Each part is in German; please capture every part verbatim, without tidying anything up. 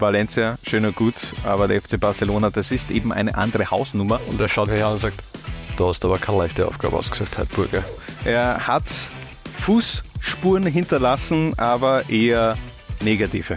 Valencia, schön und gut, aber der F C Barcelona, das ist eben eine andere Hausnummer. Und er schaut mich an und sagt, du hast aber keine leichte Aufgabe ausgesucht, Herr Burger. Er hat Fußspuren hinterlassen, aber eher negative.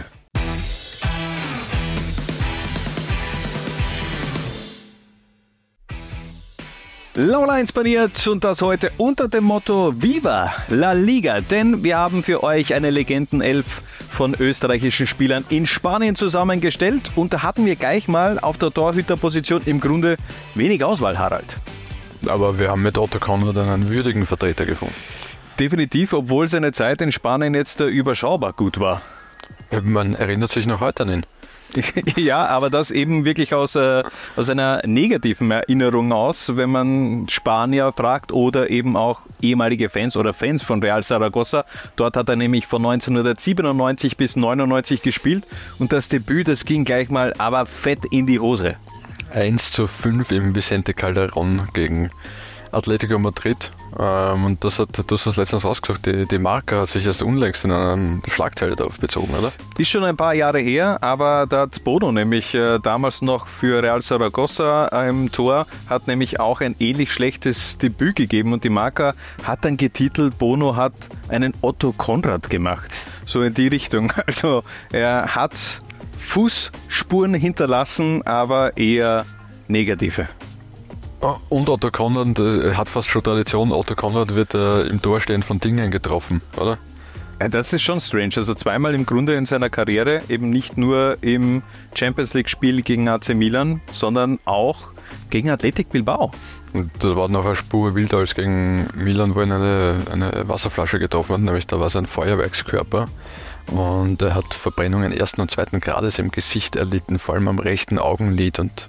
Laula inspiriert und das heute unter dem Motto Viva La Liga, denn wir haben für euch eine Legendenelf von österreichischen Spielern in Spanien zusammengestellt und da hatten wir gleich mal auf der Torhüterposition im Grunde wenig Auswahl, Harald. Aber wir haben mit Otto Konrad einen würdigen Vertreter gefunden. Definitiv, obwohl seine Zeit in Spanien jetzt überschaubar gut war. Man erinnert sich noch heute an ihn. Ja, aber das eben wirklich aus, äh, aus einer negativen Erinnerung aus, wenn man Spanier fragt oder eben auch ehemalige Fans oder Fans von Real Zaragoza. Dort hat er nämlich von neunzehnhundertsiebenundneunzig bis neunundneunzig gespielt und das Debüt, das ging gleich mal aber fett in die Hose. eins zu fünf im Vicente Calderón gegen Atletico Madrid. Ähm, und das hat, du hast das letztens rausgesagt, die, die Marca hat sich erst unlängst in einer Schlagzeile darauf bezogen, oder? Ist schon ein paar Jahre her, aber da hat Bono nämlich äh, damals noch für Real Zaragoza im Tor, hat nämlich auch ein ähnlich schlechtes Debüt gegeben und die Marca hat dann getitelt, Bono hat einen Otto Konrad gemacht. So in die Richtung. Also er hat Fußspuren hinterlassen, aber eher negative. Und Otto Konrad äh, hat fast schon Tradition, Otto Konrad wird äh, im Tor stehen von Dingen getroffen, oder? Ja, das ist schon strange. Also zweimal im Grunde in seiner Karriere, eben nicht nur im Champions League Spiel gegen A C Milan, sondern auch gegen Athletic Bilbao. Und da war noch eine Spur wilder als gegen Milan, wo ihn eine, eine Wasserflasche getroffen hat, nämlich da war es ein Feuerwerkskörper. Und er hat Verbrennungen ersten und zweiten Grades im Gesicht erlitten, vor allem am rechten Augenlid und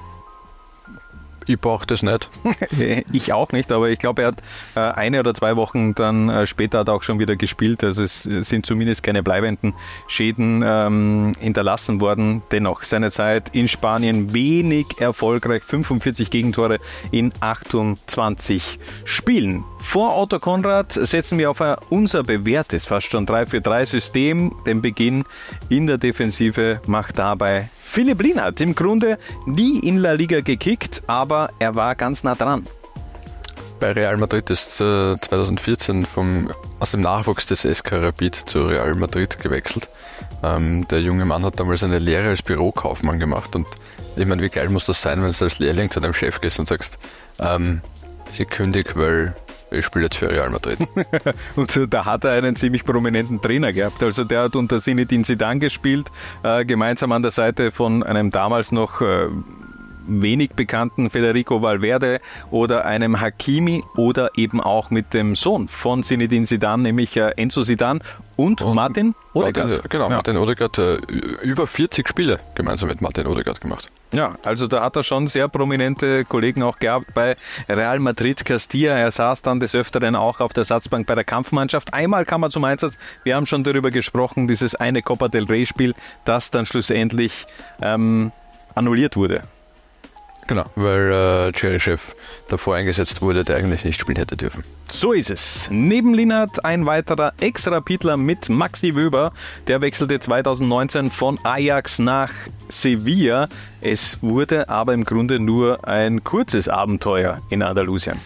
ich brauche das nicht. Ich auch nicht, aber ich glaube, er hat äh, eine oder zwei Wochen dann äh, später hat er auch schon wieder gespielt. Also es sind zumindest keine bleibenden Schäden ähm, hinterlassen worden. Dennoch seine Zeit in Spanien wenig erfolgreich. fünfundvierzig Gegentore in achtundzwanzig Spielen. Vor Otto Konrad setzen wir auf ein unser bewährtes, fast schon drei vier drei System. Den Beginn in der Defensive macht dabei Philipp Lienhardt. Im Grunde nie in La Liga gekickt, aber er war ganz nah dran. Bei Real Madrid ist äh, zweitausendvierzehn vom, aus dem Nachwuchs des S K Rapid zu Real Madrid gewechselt. Ähm, der junge Mann hat damals eine Lehre als Bürokaufmann gemacht und ich meine, wie geil muss das sein, wenn du als Lehrling zu deinem Chef gehst und sagst, ähm, ich kündige, weil ich spiele jetzt für Real Madrid. Und da hat er einen ziemlich prominenten Trainer gehabt. Also der hat unter Zinedine Zidane gespielt, äh, gemeinsam an der Seite von einem damals noch äh, wenig bekannten Federico Valverde oder einem Hakimi oder eben auch mit dem Sohn von Zinedine Zidane, nämlich äh, Enzo Zidane und, und Martin Odegaard. Martin, genau, ja. Martin Odegaard, äh, über vierzig Spiele gemeinsam mit Martin Odegaard gemacht. Ja, also da hat er schon sehr prominente Kollegen auch gehabt bei Real Madrid, Castilla. Er saß dann des Öfteren auch auf der Ersatzbank bei der Kampfmannschaft. Einmal kam er zum Einsatz. Wir haben schon darüber gesprochen, dieses eine Copa del Rey Spiel, das dann schlussendlich ähm, annulliert wurde. Genau, weil äh, Cheryshev davor eingesetzt wurde, der eigentlich nicht spielen hätte dürfen. So ist es. Neben Lienhardt ein weiterer Ex-Rapidler mit Maxi Wöber. Der wechselte zweitausendneunzehn von Ajax nach Sevilla. Es wurde aber im Grunde nur ein kurzes Abenteuer in Andalusien.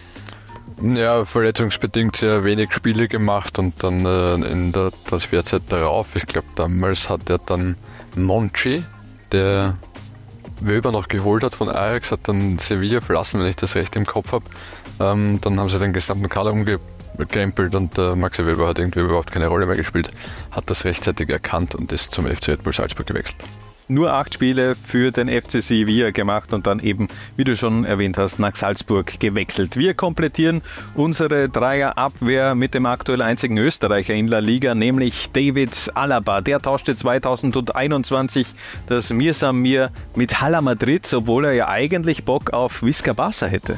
Ja, verletzungsbedingt sehr wenig Spiele gemacht und dann äh, in der Transferzeit darauf, ich glaube damals hat er dann Monchi, der Wöber noch geholt hat von Ajax, hat dann Sevilla verlassen, wenn ich das recht im Kopf habe. Ähm, dann haben sie den gesamten Kader umgekrempelt und äh, Maxi Wöber hat irgendwie überhaupt keine Rolle mehr gespielt, hat das rechtzeitig erkannt und ist zum F C Red Bull Salzburg gewechselt. Nur acht Spiele für den F C Sevilla gemacht und dann eben, wie du schon erwähnt hast, nach Salzburg gewechselt. Wir komplettieren unsere Dreierabwehr mit dem aktuell einzigen Österreicher in La Liga, nämlich David Alaba. Der tauschte zweitausendeinundzwanzig das Mir-Sam-Mir mit Hala Madrid, obwohl er ja eigentlich Bock auf Visca Barça hätte.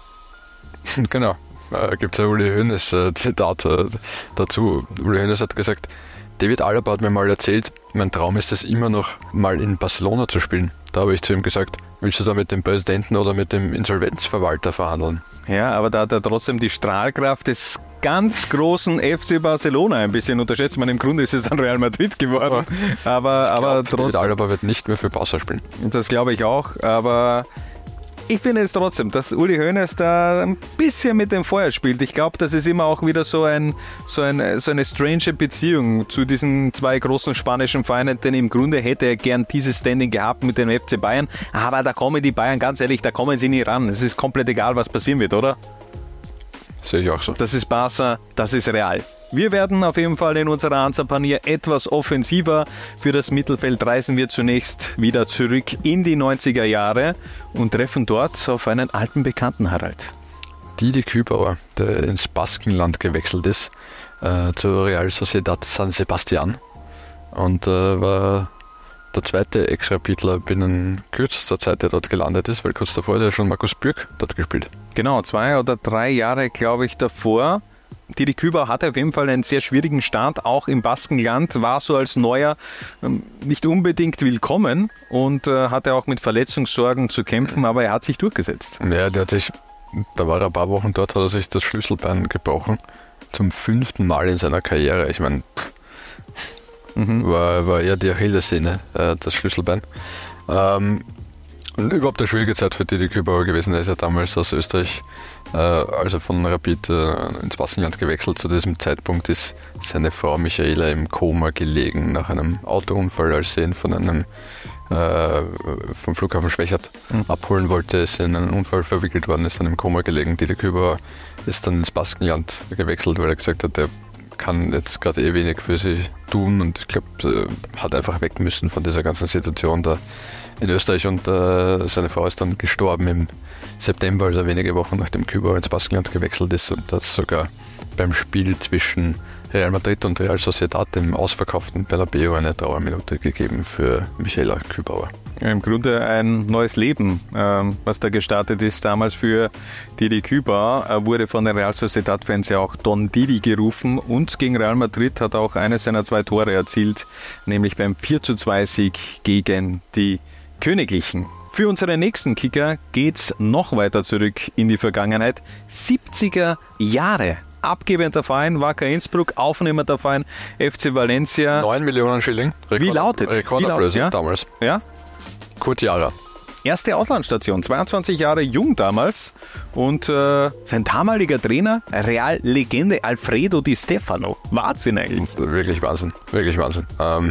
Genau. Äh, gibt es ein Uli Hoeneß äh, Zitat äh, dazu. Uli Hoeneß hat gesagt, David Alaba hat mir mal erzählt, mein Traum ist es immer noch mal in Barcelona zu spielen. Da habe ich zu ihm gesagt, willst du da mit dem Präsidenten oder mit dem Insolvenzverwalter verhandeln? Ja, aber da hat er trotzdem die Strahlkraft des ganz großen F C Barcelona ein bisschen unterschätzt. Man, im Grunde ist es dann Real Madrid geworden. Ja. Aber, ich aber glaub, trotzdem. Alaba wird nicht mehr für Barca spielen. Das glaube ich auch, aber ich finde es trotzdem, dass Uli Hoeneß da ein bisschen mit dem Feuer spielt. Ich glaube, das ist immer auch wieder so, ein, so, ein, so eine strange Beziehung zu diesen zwei großen spanischen Vereinen, denn im Grunde hätte er gern dieses Standing gehabt mit dem F C Bayern, aber da kommen die Bayern, ganz ehrlich, da kommen sie nie ran. Es ist komplett egal, was passieren wird, oder? Sehe ich auch so. Das ist Barca, das ist Real. Wir werden auf jeden Fall in unserer Ansapanier etwas offensiver. Für das Mittelfeld reisen wir zunächst wieder zurück in die neunziger Jahre und treffen dort auf einen alten Bekannten, Harald. Didi Kübauer, der ins Baskenland gewechselt ist, äh, zur Real Sociedad San Sebastian und äh, war der zweite Ex-Rapidler binnen kürzester Zeit, der dort gelandet ist, weil kurz davor hat ja schon Markus Bürk dort gespielt. Genau, zwei oder drei Jahre, glaube ich, davor. Didi Kübauer hatte auf jeden Fall einen sehr schwierigen Start, auch im Baskenland, war so als Neuer ähm, nicht unbedingt willkommen und äh, hatte auch mit Verletzungssorgen zu kämpfen, aber er hat sich durchgesetzt. Ja, der hat sich, da war er ein paar Wochen dort, hat er sich das Schlüsselbein gebrochen, zum fünften Mal in seiner Karriere. Ich meine, mhm. war, war eher die Achillessehne, äh, das Schlüsselbein. Ähm, und überhaupt eine schwierige Zeit für Didi Kübauer gewesen. Er ist ja damals aus Österreich, äh, also von Rapid äh, ins Baskenland gewechselt. Zu diesem Zeitpunkt ist seine Frau Michaela im Koma gelegen nach einem Autounfall, als sie ihn von einem äh, vom Flughafen Schwächert mhm. abholen wollte. Ist in einen Unfall verwickelt worden, ist dann im Koma gelegen. Didi Kübauer ist dann ins Baskenland gewechselt, weil er gesagt hat, er kann jetzt gerade eh wenig für sie tun und ich glaube, hat einfach weg müssen von dieser ganzen Situation da in Österreich und äh, seine Frau ist dann gestorben im September, also wenige Wochen nachdem Kübauer ins Baskenland gewechselt ist und hat sogar beim Spiel zwischen Real Madrid und Real Sociedad im ausverkauften Bernabeu eine Trauerminute gegeben für Michaela Kübauer. Ja, im Grunde ein neues Leben, ähm, was da gestartet ist damals für Didi Kübauer. Er wurde von den Real Sociedad-Fans ja auch Don Didi gerufen und gegen Real Madrid hat er auch eines seiner zwei Tore erzielt, nämlich beim vier zu zwei Sieg gegen die Königlichen. Für unseren nächsten Kicker geht's noch weiter zurück in die Vergangenheit. siebziger Jahre. Abgebender Verein, Wacker Innsbruck, aufnehmender Verein, F C Valencia. neun Millionen Schilling. Rekord, Wie lautet? Rekordablöse ja? damals. Ja? Kurt Jara. Erste Auslandsstation, zweiundzwanzig Jahre jung damals und äh, sein damaliger Trainer, Real-Legende Alfredo Di Stefano. Wahnsinn eigentlich. Wirklich Wahnsinn, wirklich Wahnsinn. Ähm,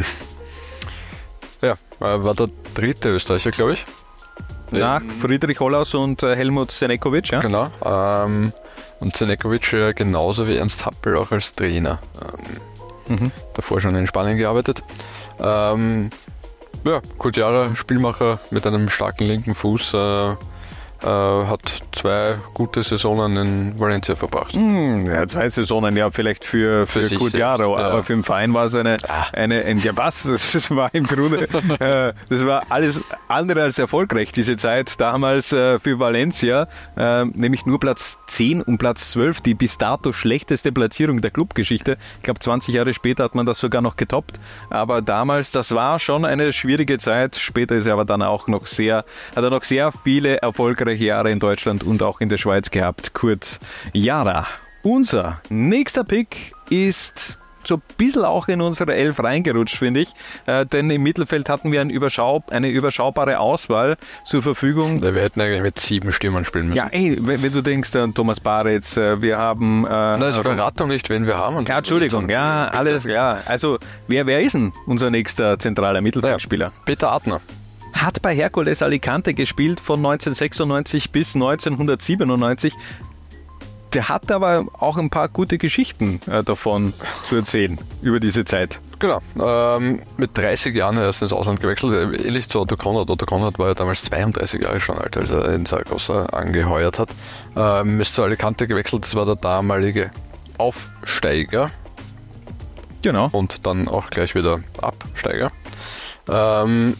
ja, war der dritte Österreicher, glaube ich. Nach Friedrich Hollaus und äh, Helmut Senekovic, ja? Genau. Ähm, und Senekovic äh, genauso wie Ernst Happel auch als Trainer. Ähm, mhm. Davor schon in Spanien gearbeitet. Ähm, ja, Kurt Jara, Spielmacher mit einem starken linken Fuß, äh, äh, hat zwei gute Saisonen in Valencia verbracht. Hm, ja, zwei Saisonen, ja, vielleicht für, für, für Kurt Jara, ja. Aber für den Verein war es eine, eine, ein, ja was, das war im Grunde, äh, das war alles andere als erfolgreich, diese Zeit damals äh, für Valencia, äh, nämlich nur Platz zehn und Platz zwölf, die bis dato schlechteste Platzierung der Clubgeschichte. Ich glaube, zwanzig Jahre später hat man das sogar noch getoppt, aber damals, das war schon eine schwierige Zeit, später ist er aber dann auch noch sehr, hat er noch sehr viele erfolgreiche Jahre in Deutschland und auch in der Schweiz gehabt. Kurt Jara. Unser nächster Pick ist so ein bisschen auch in unsere Elf reingerutscht, finde ich. Äh, denn im Mittelfeld hatten wir ein Überschau- eine überschaubare Auswahl zur Verfügung. Wir hätten eigentlich mit sieben Stürmern spielen müssen. Ja, ey, wenn, wenn du denkst, äh, Thomas Baretz, äh, wir haben... Äh, Na, es verrat doch nicht, wen wir haben. Und ja, Entschuldigung, ja, bitte. Alles klar. Also, wer, wer ist denn unser nächster zentraler Mittelfeldspieler? Naja, Peter Adner. Hat bei Hercules Alicante gespielt von neunzehnhundertsechsundneunzig bis neunzehnhundertsiebenundneunzig. Der hat aber auch ein paar gute Geschichten äh, davon zu erzählen über diese Zeit. Genau, ähm, mit dreißig Jahren erst ins Ausland gewechselt, ähnlich zu Otto Konrad. Otto Konrad war ja damals zweiunddreißig Jahre schon alt, als er in Zaragoza angeheuert hat. Ähm, ist zu Alicante gewechselt, das war der damalige Aufsteiger. Genau. Und dann auch gleich wieder Absteiger. Ähm,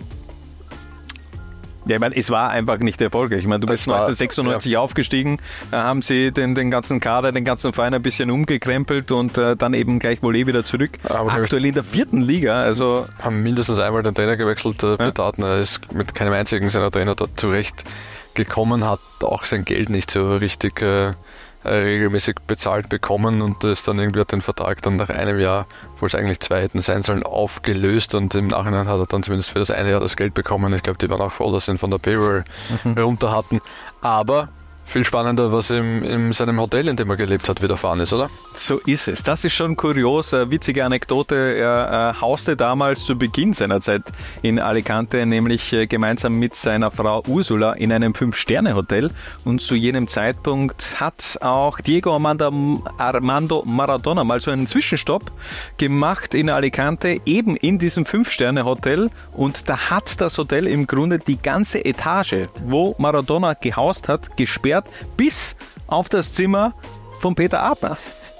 Ja, ich meine, es war einfach nicht erfolgreich. Ich meine, du bist war, neunzehnhundertsechsundneunzig ja. aufgestiegen, da haben sie den, den ganzen Kader, den ganzen Verein ein bisschen umgekrempelt und äh, dann eben gleich wohl eh wieder zurück. Aber aktuell in der vierten Liga. Also haben mindestens einmal den Trainer gewechselt. Äh, ja. Peter Adner ist mit keinem einzigen seiner Trainer dort zurecht gekommen, hat auch sein Geld nicht so richtig äh, regelmäßig bezahlt bekommen und ist dann irgendwie hat den Vertrag dann nach einem Jahr, obwohl es eigentlich zwei hätten sein sollen, aufgelöst und im Nachhinein hat er dann zumindest für das eine Jahr das Geld bekommen. Ich glaube, die waren auch froh, dass sie ihn von der Payroll mhm. runter hatten. Aber viel spannender, was ihm in seinem Hotel, in dem er gelebt hat, widerfahren ist, oder? So ist es. Das ist schon kurios. Eine witzige Anekdote. Er äh, hauste damals zu Beginn seiner Zeit in Alicante, nämlich äh, gemeinsam mit seiner Frau Ursula in einem Fünf-Sterne-Hotel. Und zu jenem Zeitpunkt hat auch Diego Armando, Armando Maradona mal so einen Zwischenstopp gemacht in Alicante, eben in diesem Fünf-Sterne-Hotel. Und da hat das Hotel im Grunde die ganze Etage, wo Maradona gehaust hat, gesperrt, bis auf das Zimmer von Peter Abner.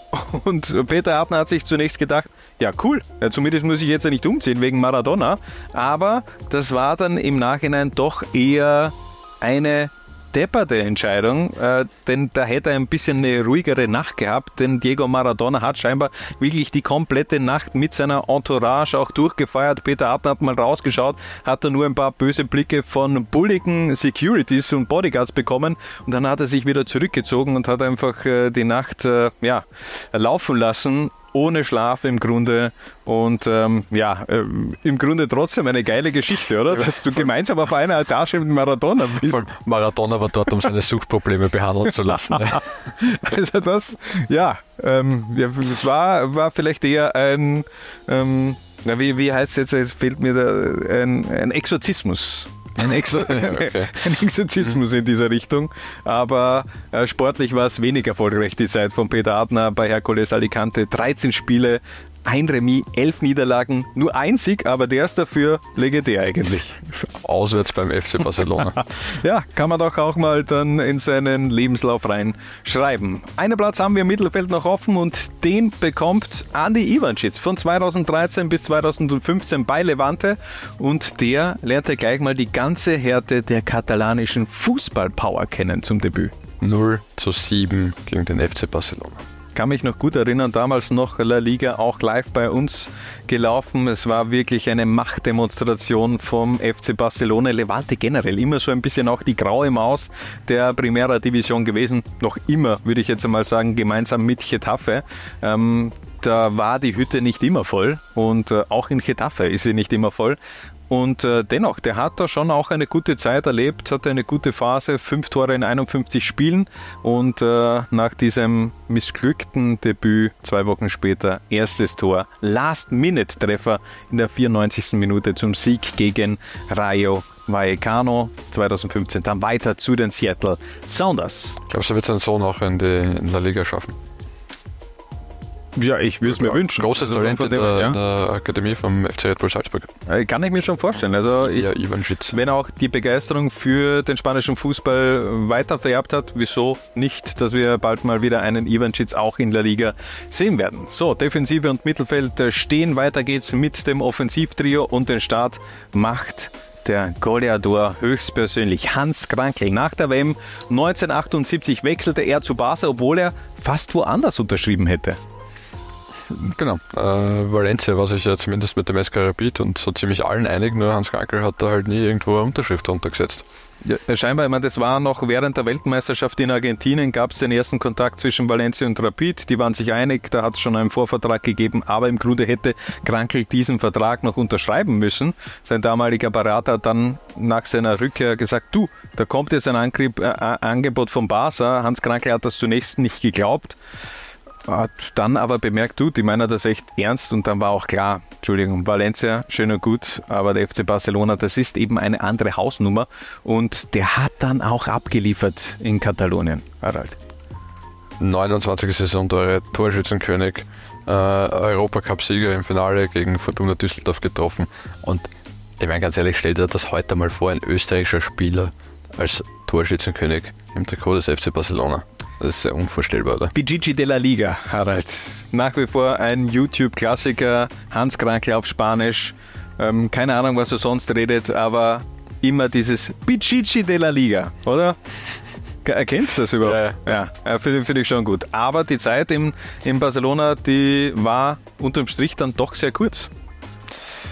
Und Peter Abner hat sich zunächst gedacht, ja cool, ja, zumindest muss ich jetzt ja nicht umziehen wegen Maradona, aber das war dann im Nachhinein doch eher eine depperte Entscheidung, äh, denn da hätte er ein bisschen eine ruhigere Nacht gehabt, denn Diego Maradona hat scheinbar wirklich die komplette Nacht mit seiner Entourage auch durchgefeiert. Peter Abner hat mal rausgeschaut, hat da nur ein paar böse Blicke von bulligen Securities und Bodyguards bekommen und dann hat er sich wieder zurückgezogen und hat einfach äh, die Nacht äh, ja, laufen lassen. Ohne Schlaf im Grunde und ähm, ja, äh, im Grunde trotzdem eine geile Geschichte, oder? Dass du gemeinsam auf einer Etage mit Maradona bist. Maradona war dort, um seine Suchtprobleme behandeln zu lassen. Ne? Also das, ja, ähm, ja, das war, war vielleicht eher ein, ähm, na, wie, wie heißt es jetzt, jetzt fehlt mir da, ein, ein Exorzismus. Ein, Exor- okay. ein Exorzismus in dieser Richtung, aber äh, sportlich war es wenig erfolgreich die Zeit von Peter Abner bei Hercules Alicante. dreizehn Spiele, ein Remis, elf Niederlagen, nur ein Sieg, aber der ist dafür legendär eigentlich. Auswärts beim F C Barcelona. Ja, kann man doch auch mal dann in seinen Lebenslauf reinschreiben. Einen Platz haben wir im Mittelfeld noch offen und den bekommt Andi Ivancic von zweitausenddreizehn bis zweitausendfünfzehn bei Levante und der lernte gleich mal die ganze Härte der katalanischen Fußballpower kennen zum Debüt. null zu sieben gegen den F C Barcelona. Ich kann mich noch gut erinnern, damals noch La Liga auch live bei uns gelaufen. Es war wirklich eine Machtdemonstration vom F C Barcelona, Levante generell. Immer so ein bisschen auch die graue Maus der Primera Division gewesen. Noch immer, würde ich jetzt einmal sagen, gemeinsam mit Getafe. Ähm, da war die Hütte nicht immer voll und äh, auch in Getafe ist sie nicht immer voll. Und äh, dennoch, der hat da schon auch eine gute Zeit erlebt, hatte eine gute Phase, fünf Tore in einundfünfzig Spielen und äh, nach diesem missglückten Debüt zwei Wochen später erstes Tor, Last-Minute-Treffer in der vierundneunzigsten Minute zum Sieg gegen Rayo Vallecano zweitausendfünfzehn, dann weiter zu den Seattle Sounders. Glaubst du, wird sein Sohn auch in die in La Liga schaffen? Ja, ich würde es mir wünschen. Großes also Talent in der, ja. in der Akademie vom F C Red Bull Salzburg. Kann ich mir schon vorstellen. Also ich, ja, Ivancic. Wenn auch die Begeisterung für den spanischen Fußball weiter vererbt hat, wieso nicht, dass wir bald mal wieder einen Ivancic auch in der Liga sehen werden. So, Defensive und Mittelfeld stehen. Weiter geht's mit dem Offensivtrio und den Start macht der Goleador höchstpersönlich Hans Krankl. Nach der W M neunzehnhundertachtundsiebzig wechselte er zu Barca, obwohl er fast woanders unterschrieben hätte. Genau, äh, Valencia war sich ja zumindest mit dem S K Rapid und so ziemlich allen einig, nur Hans Krankl hat da halt nie irgendwo eine Unterschrift runtergesetzt. Ja, scheinbar, ich meine, das war noch während der Weltmeisterschaft in Argentinien, gab es den ersten Kontakt zwischen Valencia und Rapid, die waren sich einig, da hat es schon einen Vorvertrag gegeben, aber im Grunde hätte Krankl diesen Vertrag noch unterschreiben müssen. Sein damaliger Berater hat dann nach seiner Rückkehr gesagt, du, da kommt jetzt ein Angriff, äh, Angebot von Barca. Hans Krankl hat das zunächst nicht geglaubt, hat dann aber bemerkt, du, die meinen das echt ernst und dann war auch klar, Entschuldigung, Valencia, schön und gut, aber der F C Barcelona, das ist eben eine andere Hausnummer und der hat dann auch abgeliefert in Katalonien, Harald. neunundzwanzig Saisontore, Torschützenkönig, äh, Europacup-Sieger im Finale gegen Fortuna Düsseldorf getroffen und ich meine ganz ehrlich, stell dir das heute mal vor, ein österreichischer Spieler als Torschützenkönig im Trikot des F C Barcelona. Das ist sehr unvorstellbar, oder? Pichichi de la Liga, Harald. Nach wie vor ein YouTube-Klassiker, Hans Krankl auf Spanisch. Ähm, keine Ahnung, was er sonst redet, aber immer dieses Pichichi de la Liga, oder? Erkennst du das überhaupt? Ja, ja. ja finde find ich schon gut. Aber die Zeit in, in Barcelona, die war unterm Strich dann doch sehr kurz.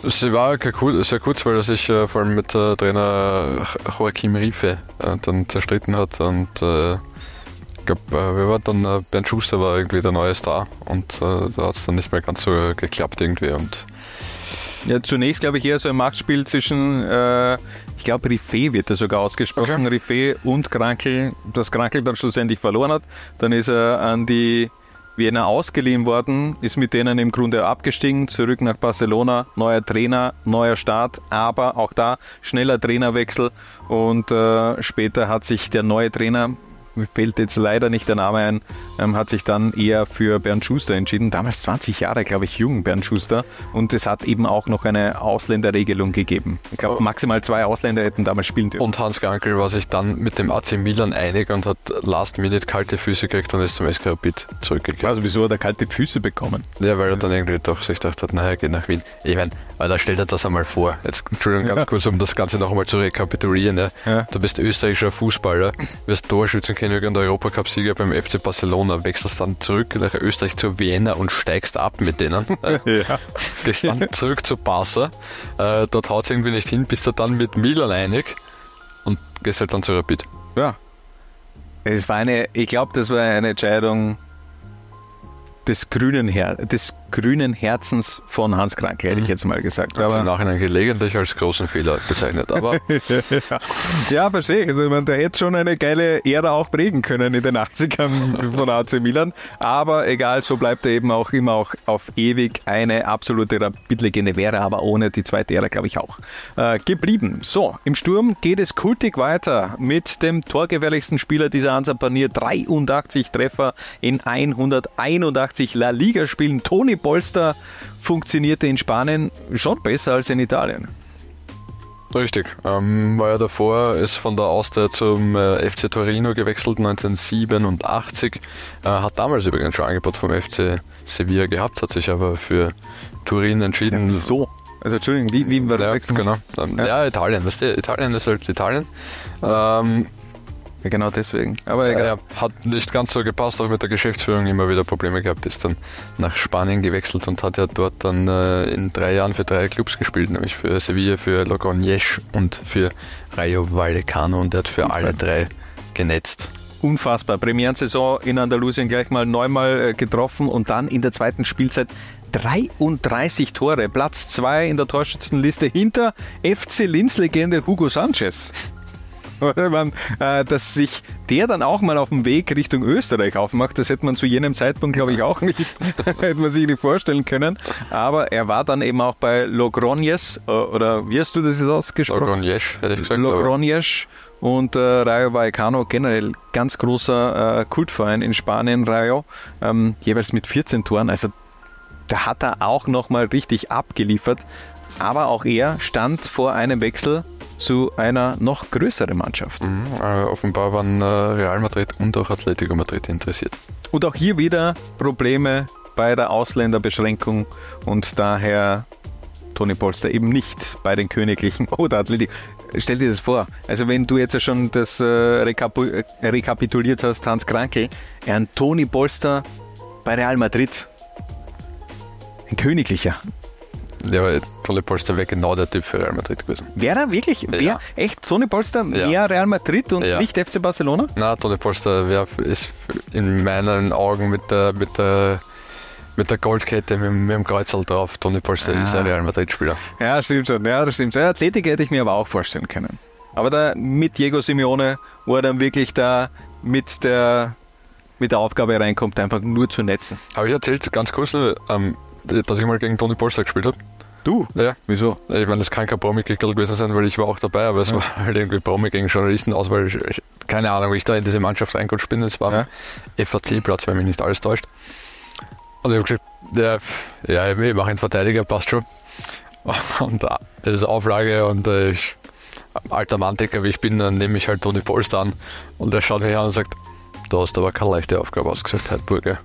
Sie war sehr kurz, weil er sich äh, vor allem mit äh, Trainer Joachim Riefe äh, dann zerstritten hat und äh, ich glaube, äh, wir waren dann, äh, Bernd Schuster war irgendwie der neue Star und äh, da hat es dann nicht mehr ganz so geklappt irgendwie. Und ja, zunächst glaube ich eher so ein Machtspiel zwischen, äh, ich glaube Riffe wird er sogar ausgesprochen, okay. Riffe und Krankl, dass Krankl dann schlussendlich verloren hat. Dann ist er an die Wiener ausgeliehen worden, ist mit denen im Grunde abgestiegen, zurück nach Barcelona, neuer Trainer, neuer Start, aber auch da schneller Trainerwechsel und äh, später hat sich der neue Trainer, mir fällt jetzt leider nicht der Name ein, ähm, hat sich dann eher für Bernd Schuster entschieden. Damals zwanzig Jahre, glaube ich, jung Bernd Schuster. Und es hat eben auch noch eine Ausländerregelung gegeben. Ich glaube, maximal zwei Ausländer hätten damals spielen dürfen. Und Hans Krankl war sich dann mit dem A C Milan einig und hat last minute kalte Füße gekriegt und ist zum S K Rapid zurückgekehrt. Also wieso hat er kalte Füße bekommen? Ja, weil er dann irgendwie doch sich gedacht hat, naja, er geht nach Wien. Ich meine, da stellt er das einmal vor. Jetzt, Entschuldigung, ganz ja. kurz, um das Ganze noch einmal zu rekapitulieren. Ja. Ja. Du bist österreichischer Fußballer, wirst Torschützenkönig und Europacup-Sieger beim F C Barcelona, wechselst dann zurück nach Österreich zu Vienna und steigst ab mit denen. Äh, ja. Gehst dann zurück zu Barca, äh, dort haut es irgendwie nicht hin, bist du dann mit Milan einig und gehst halt dann zu Rapid. Ja. Es war eine, ich glaube, das war eine Entscheidung des grünen, Her- des grünen Herzens von Hans Krankl, hätte ich jetzt mal gesagt. Aber im Nachhinein gelegentlich als großen Fehler bezeichnet. Aber ja. ja, verstehe ich. Also, man, der hätte schon eine geile Ära auch prägen können in den achtzigern von A C Milan. Aber egal, so bleibt er eben auch immer auch auf ewig eine absolute Rapid-Legende, wäre aber ohne die zweite Ära, glaube ich, auch äh, geblieben. So, im Sturm geht es kultig weiter mit dem torgefährlichsten Spieler dieser Hansa-Panier. dreiundachtzig Treffer in hunderteinundachtzig La Liga-Spielen. Toni Polster funktionierte in Spanien schon besser als in Italien. Richtig, ähm, war ja davor, ist von der Austria zum äh, F C Torino gewechselt, neunzehnhundertsiebenundachtzig, äh, hat damals übrigens schon ein Angebot vom F C Sevilla gehabt, hat sich aber für Turin entschieden. Ja, so, also Entschuldigung, wie, wie war der ja, genau. Ähm, ja. ja, Italien, weißt du, Italien ist halt Italien. Ähm, Ja, genau deswegen. Aber egal. Er hat nicht ganz so gepasst, auch mit der Geschäftsführung immer wieder Probleme gehabt, ist dann nach Spanien gewechselt und hat ja dort dann äh, in drei Jahren für drei Clubs gespielt, nämlich für Sevilla, für Logroñés und für Rayo Vallecano und er hat für okay. alle drei genetzt. Unfassbar. Premierensaison in Andalusien gleich mal neunmal äh, getroffen und dann in der zweiten Spielzeit dreiunddreißig Tore. Platz zwei in der Torschützenliste hinter F C Linz-Legende Hugo Sanchez. Man, äh, dass sich der dann auch mal auf dem Weg Richtung Österreich aufmacht, das hätte man zu jenem Zeitpunkt, glaube ich, auch nicht, hätte man sich nicht vorstellen können. Aber er war dann eben auch bei Logroñés, äh, oder wie hast du das jetzt ausgesprochen? Logroñés, hätte ich gesagt. Logroñés und äh, Rayo Vallecano, generell ganz großer äh, Kultverein in Spanien, Rayo, ähm, jeweils mit vierzehn Toren. Also da hat er auch nochmal richtig abgeliefert. Aber auch er stand vor einem Wechsel zu einer noch größeren Mannschaft. Mhm, äh, offenbar waren äh, Real Madrid und auch Atletico Madrid interessiert. Und auch hier wieder Probleme bei der Ausländerbeschränkung und daher Toni Polster eben nicht bei den Königlichen oder Atletico. Stell dir das vor, also wenn du jetzt ja schon das äh, rekapu- äh, rekapituliert hast, Hans Krankl, ein Toni Polster bei Real Madrid. Ein Königlicher. Ja, aber Toni Polster wäre genau der Typ für Real Madrid gewesen. Wäre er wirklich? Wäre ja. echt Toni Polster mehr ja. Real Madrid und ja. nicht F C Barcelona? Na, Toni Polster wär, ist in meinen Augen mit der, mit der, mit der Goldkette, mit, mit dem Kreuzerl drauf. Toni Polster ah. ist ein Real Madrid-Spieler. Ja, stimmt schon. Ja, das stimmt. Ja, Athletik hätte ich mir aber auch vorstellen können. Aber da mit Diego Simeone, wo er dann wirklich da mit der, mit der Aufgabe reinkommt, einfach nur zu netzen. Habe ich erzählt, ganz kurz, ähm, dass ich mal gegen Toni Polster gespielt habe? Du? Ja. Wieso? Ich meine, das kann kein Promi-Kickerl gewesen sein, weil ich war auch dabei, aber es ja. war halt irgendwie Promi gegen Journalisten aus, weil ich, ich, keine Ahnung, wie ich da in diese Mannschaft reingerutscht bin. Es war ja. F A C-Platz, wenn mich nicht alles täuscht. Und ich habe gesagt, ja, ja, ich mache einen Verteidiger, passt schon. Und das ist Auflage und äh, ich, alter Mannticker, wie ich bin, dann nehme ich halt Toni Polster an und er schaut mich an und sagt, du hast aber keine leichte Aufgabe ausgesucht, Heidburger.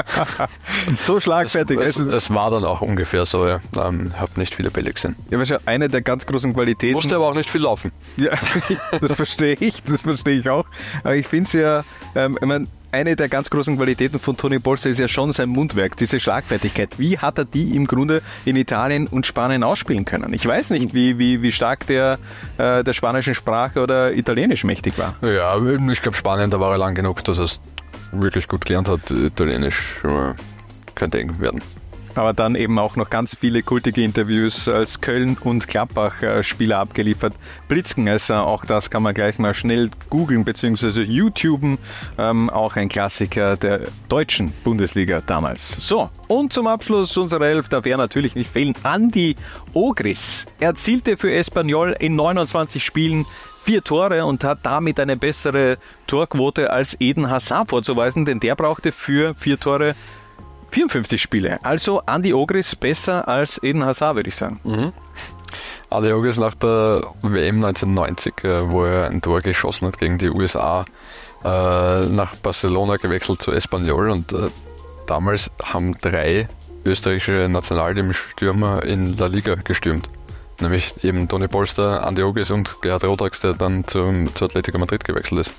So schlagfertig. Es, es, es war dann auch ungefähr so, ja. Ich ähm, habe nicht viele Bälle gesehen. Ja, aber schon eine der ganz großen Qualitäten. Musste aber auch nicht viel laufen. Ja, das verstehe ich, das verstehe ich auch. Aber ich finde es ja, ähm, ich meine, eine der ganz großen Qualitäten von Toni Polster ist ja schon sein Mundwerk, diese Schlagfertigkeit. Wie hat er die im Grunde in Italien und Spanien ausspielen können? Ich weiß nicht, wie, wie, wie stark der äh, der spanischen Sprache oder Italienisch mächtig war. Ja, ich glaube Spanien, da war er lang genug, dass er es wirklich gut gelernt hat. Italienisch äh, könnte eng werden. Aber dann eben auch noch ganz viele kultige Interviews als Köln- und Gladbach-Spieler abgeliefert. Blitzkengesser, auch das kann man gleich mal schnell googeln bzw. YouTuben. Ähm, auch ein Klassiker der deutschen Bundesliga damals. So, und zum Abschluss unserer Elf, da wäre natürlich nicht fehlen, Andi Ogris. Er erzielte für Espanyol in neunundzwanzig Spielen vier Tore und hat damit eine bessere Torquote als Eden Hazard vorzuweisen, denn der brauchte für vier Tore vierundfünfzig Spiele. Also Andi Ogris besser als Eden Hazard, würde ich sagen. Mhm. Andi Ogris nach der W M neunzehnhundertneunzig, wo er ein Tor geschossen hat gegen die U S A, äh, nach Barcelona gewechselt zu Espanyol und äh, damals haben drei österreichische Nationalteamstürmer in La Liga gestürmt. Nämlich eben Toni Polster, Andi Ogris und Gerhard Rotax, der dann zum, zu Atletico Madrid gewechselt ist.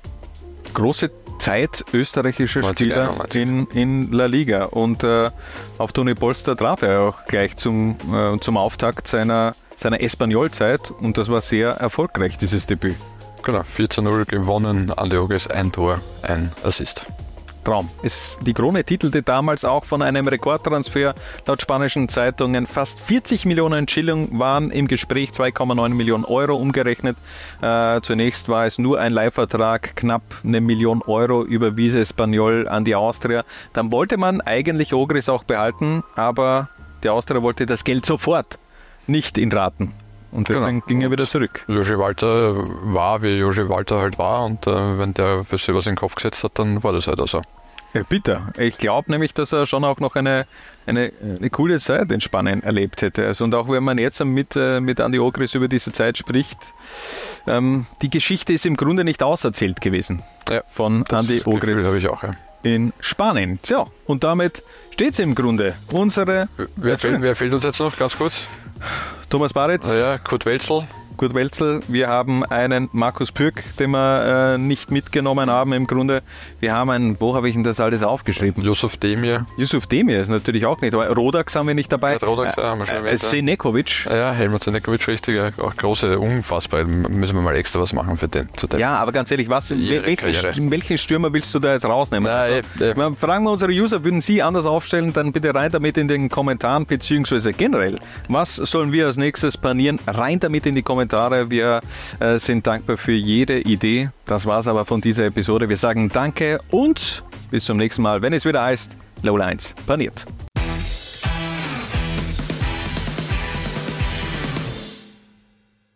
Große Zeit österreichischer Spieler in, in La Liga und äh, auf Toni Polster traf er auch gleich zum, äh, zum Auftakt seiner, seiner Espanyol-Zeit und das war sehr erfolgreich, dieses Debüt. Genau, vier zu null gewonnen, Andi Ogris ein Tor, ein Assist. Traum. Es, die Krone titelte damals auch von einem Rekordtransfer. Laut spanischen Zeitungen fast vierzig Millionen Schilling waren im Gespräch, zwei Komma neun Millionen Euro umgerechnet. Äh, zunächst war es nur ein Leihvertrag, knapp eine Million Euro überwies Espanyol an die Austria. Dann wollte man eigentlich Ogris auch behalten, aber die Austria wollte das Geld sofort, nicht in Raten. Und deswegen genau. ging er wieder zurück. Jogi Walter war, wie Jogi Walter halt war und äh, wenn der für sich was in den Kopf gesetzt hat, dann war das halt auch so. Ja, bitte. Ich glaube nämlich, dass er schon auch noch eine, eine, eine coole Zeit in Spanien erlebt hätte. Also, und auch wenn man jetzt mit, mit Andi Ogris über diese Zeit spricht, ähm, die Geschichte ist im Grunde nicht auserzählt gewesen ja, von Andi Ogris habe ich auch, ja. in Spanien. So, und damit steht es im Grunde. Unsere... Wer fehlt, wer fehlt uns jetzt noch, ganz kurz? Thomas Baritz. Ja, Kurt Welzel. Kurt Welzel. Wir haben einen Markus Pürk, den wir äh, nicht mitgenommen haben im Grunde. Wir haben einen, wo habe ich denn das alles aufgeschrieben? Yusuf Demir. Yusuf Demir ist natürlich auch nicht. Aber Rodax haben wir nicht dabei. Ja, Rodax äh, haben wir schon erwähnt. Äh, Senekovic. Ja, Helmut Senekovic, richtig. Auch große, unfassbar. Müssen wir mal extra was machen für den. Zu dem. Ja, aber ganz ehrlich, was, welchen, welchen Stürmer willst du da jetzt rausnehmen? Nein, äh, äh. Fragen wir unsere User, würden sie anders aufstellen, dann bitte rein damit in den Kommentaren, beziehungsweise generell. Was sollen wir als nächstes planieren? Rein damit in die Kommentare. Wir äh, sind dankbar für jede Idee. Das war's aber von dieser Episode. Wir sagen Danke und bis zum nächsten Mal, wenn es wieder heißt Low Lines paniert.